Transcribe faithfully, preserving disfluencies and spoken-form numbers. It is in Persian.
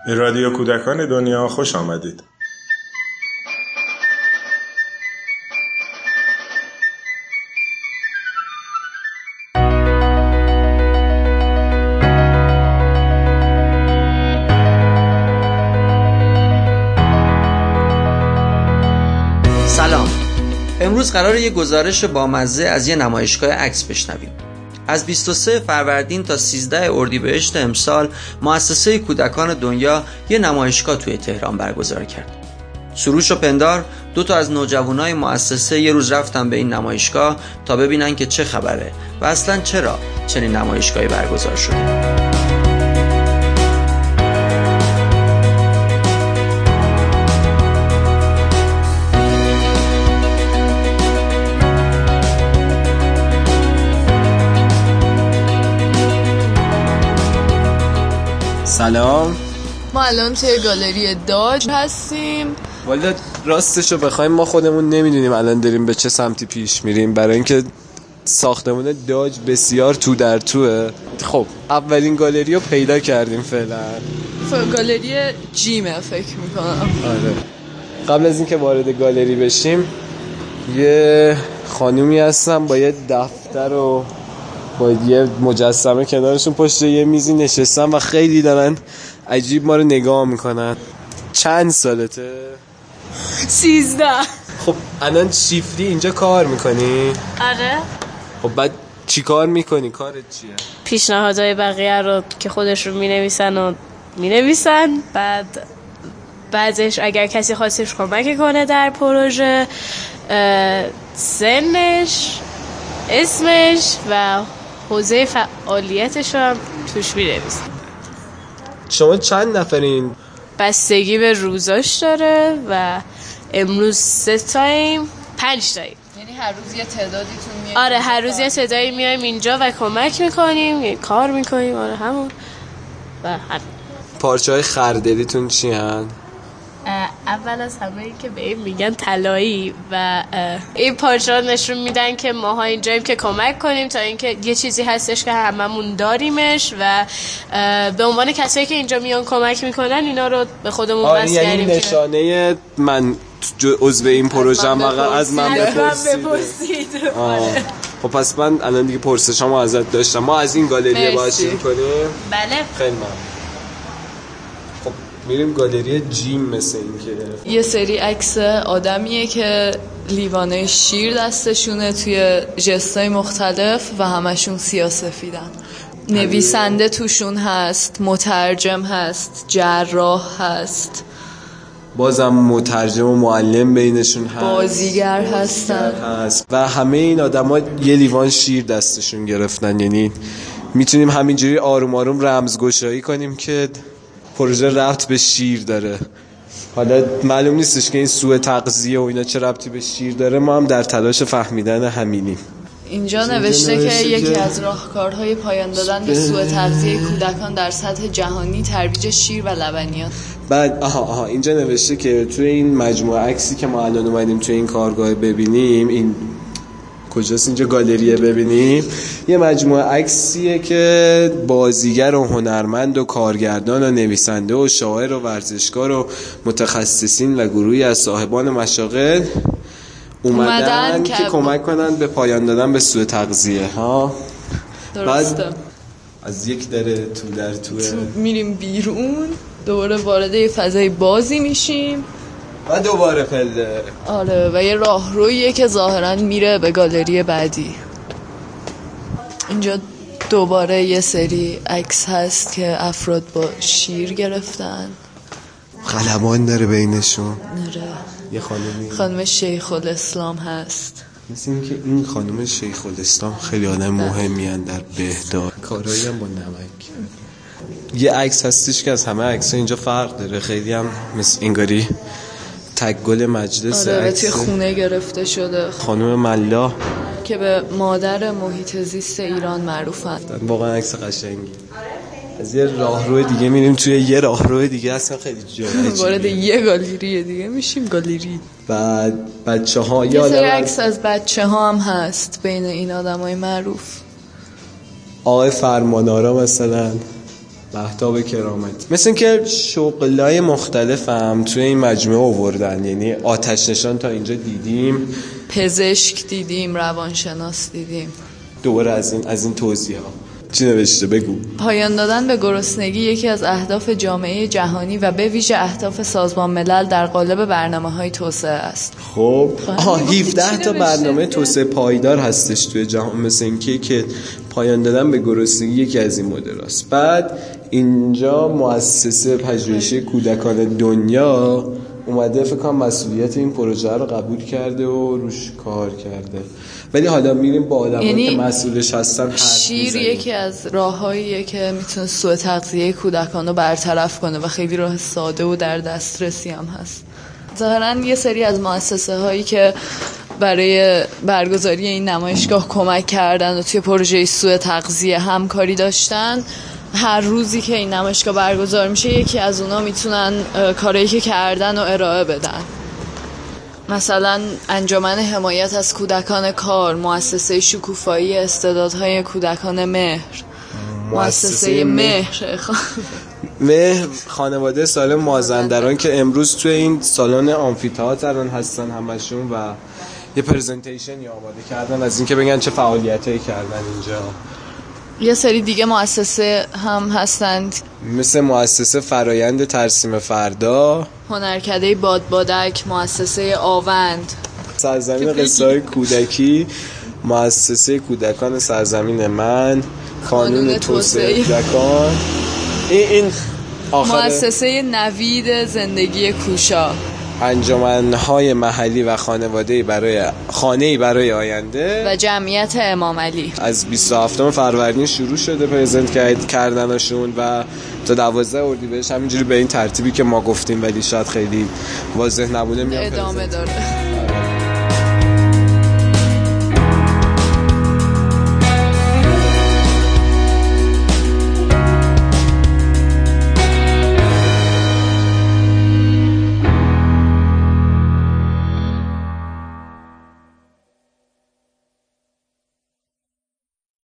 به رادیو کودکان دنیا خوش آمدید. سلام. امروز قراره یه گزارش بامزه از یه نمایشگاه عکس بشنویم. از بیست و سوم فروردین تا سیزدهم اردیبهشت امسال مؤسسه کودکان دنیا یه نمایشگاه توی تهران برگزار کرد. سروش و پندار، دو تا از نوجوانای مؤسسه، یه روز رفتن به این نمایشگاه تا ببینن که چه خبره و اصلاً چرا چنین نمایشگاهی برگزار شده. سلام. ما الان توی گالری داج هستیم. والا راستشو بخوایم ما خودمون نمیدونیم الان داریم به چه سمتی پیش میریم، برای اینکه ساختمون داج بسیار تو در توه. خب اولین گالری رو پیدا کردیم فعلا. گالری جیمه فکر میکنم. آره. قبل از اینکه وارد گالری بشیم یه خانومی هستن با یه دفتر و با یه مجسمه کنارشون پشت یه میزی نشستن و خیلی دارن عجیب ما رو نگاه میکنن. چند سالته؟ سیزده. خب الان شیفتی اینجا کار میکنی؟ آره. خب بعد چی کار میکنی؟ کارت چیه؟ پیشنهادهای بقیه رو که خودشون مینویسن و مینویسن، بعد بعدش اگر کسی خواستش کمک کنه در پروژه، سنش، اسمش و حوزه فعالیتش رو هم توش می‌نویسن. شما چند نفرین؟ بستگی به روزاش داره و امروز سه تایم پنج تایم. یعنی هر روز یه تعدادیتون میایم؟ آره هر روز یه تعدادی میایم اینجا و کمک میکنیم، یه کار میکنیم. آره همون. و هر پارچه‌های خردلیتون چی هن؟ اول از همه این که به این میگن طلایی و این پارچه ها نشون میدن که ماها اینجاییم که کمک کنیم تا اینکه یه چیزی هستش که هممون داریمش و به عنوان کسایی که اینجا میان کمک میکنن اینا رو به خودمون بس کردیم. یعنی نشانه من عضو این پروژه هم از من بپرسید. خب پس من الان دیگه پرسشامو ازت داشتم. ما از این گالری باید شروع کنیم؟ بله. خیلی ممنون. میریم گالری جیم. مثل این که یه سری عکس آدمیه که لیوانه شیر دستشونه توی جستای مختلف و همشون سیاه‌سفیدن. نویسنده توشون هست، مترجم هست، جراح هست، بازم مترجم و معلم بینشون هست، بازیگر هستن هست. و همه این آدما یه لیوان شیر دستشون گرفتن. یعنی میتونیم همینجوری آروم آروم رمزگشایی کنیم که پروژه ربط به شیر داره. حالا معلوم نیستش که این سوء تغذیه و اینا چه ربطی به شیر داره، ما هم در تلاش فهمیدن همینیم. اینجا نوشته, نوشته که یکی از راهکارهای پایان دادن به سوء تغذیه کودکان در سطح جهانی ترویج شیر و لبنیات. بعد آها آها اینجا نوشته که توی این مجموعه عکسی که ما الان اومدیم توی این کارگاه ببینیم، این کجاست اینجا گالریه ببینیم، یه مجموعه عکسیه که بازیگر و هنرمند و کارگردان و نویسنده و شاعر و ورزشکار و متخصصین و گروهی از صاحبان مشاغل اومدن, اومدن که کمک کنن به پایان دادن به سوء تغذیه ها. درسته. بعد از یک در تو در توه تو میریم بیرون، دوباره وارد یه فضای بازی میشیم و دوباره پله. آره و یه راهرویه که ظاهراً میره به گالری بعدی. اینجا دوباره یه سری عکس هست که افراد با شیر گرفتن، قلمان داره بینشون. آره. یه خانمی خانم شیخ الاسلام هست. مثل این که این خانم شیخ الاسلام خیلی آدم مهمی هن در بهدار، کارایی هم با نمک. یه عکس هستش که از همه عکس‌ها اینجا فرق داره، خیلی هم مثل انگاری تگ گل مجلس. آره توی خونه گرفته شده. خانم ملا که به مادر محیط زیست ایران معروفن. واقعا عکس قشنگی. از یه راهرو دیگه میریم توی یه راهرو دیگه، اصلا خیلی جالبه. وارد یه گالری دیگه میشیم، گالری. بعد بچه‌ها یه سری عکس از بچه‌ها هم هست بین این آدمای معروف. آقای فرمانارا مثلا، مهتاب کرامت. مثل اینکه شغلای مختلف هم توی این مجموعه آوردن، یعنی آتش نشان تا اینجا دیدیم، پزشک دیدیم، روانشناس دیدیم. دوباره از این از این توضیح ها چی نوشته بگو. پایان دادن به گرسنگی یکی از اهداف جامعه جهانی و به ویژه اهداف سازمان ملل در قالب برنامه‌های توسعه است. خب آها هفده تا برنامه توسعه پایدار هستش توی جهان، مثل اینکه که پایان دادن به گرسنگی یکی از این مدل است. بعد اینجا مؤسسه پژوهشی کودکان دنیا اومده فکر کنم مسئولیت این پروژه رو قبول کرده و روش کار کرده، ولی حالا میریم با آدمایی یعنی که مسئولش هستن حرف شیر میزنیم. یکی از راههاییه که میتونه سوء تغذیه کودکان رو برطرف کنه و خیلی راه ساده و در دسترسی هم هست. ظاهرا یه سری از مؤسسه هایی که برای برگزاری این نمایشگاه کمک کردن و توی پروژه سوء تغذیه همکاری داشتن، هر روزی که این نمایشگاه برگزار میشه یکی از اونا میتونن کارایی که کردن و ارائه بدن. مثلا انجمن حمایت از کودکان کار، مؤسسه شکوفایی استعدادهای کودکان مهر، مؤسسه مهر مهر خانواده سالم مازندران که امروز توی این سالن آمفی‌تئاتر هستن همشون و یه پرزنتیشن یا آماده کردن از اینکه بگن چه فعالیتایی کردن اینجا. یه سری دیگه مؤسسه هم هستند مثل مؤسسه فرایند ترسیم فردا، هنرکده بادبادک، مؤسسه آوند، سرزمین قصه‌های کودکی، مؤسسه کودکان سرزمین من، کانون توسعه کودکان، این این آخره مؤسسه نوید زندگی کوشا، انجمن‌های محلی و خانواده‌ای برای خانه‌ای برای آینده و جمعیت امام علی. از بیست و هفتم فروردین شروع شده پرزنت کردنشون و تا دوازده اردیبهشت همینجوری به این ترتیبی که ما گفتیم ولی شاید خیلی واضح نبوده میاد ادامه داره.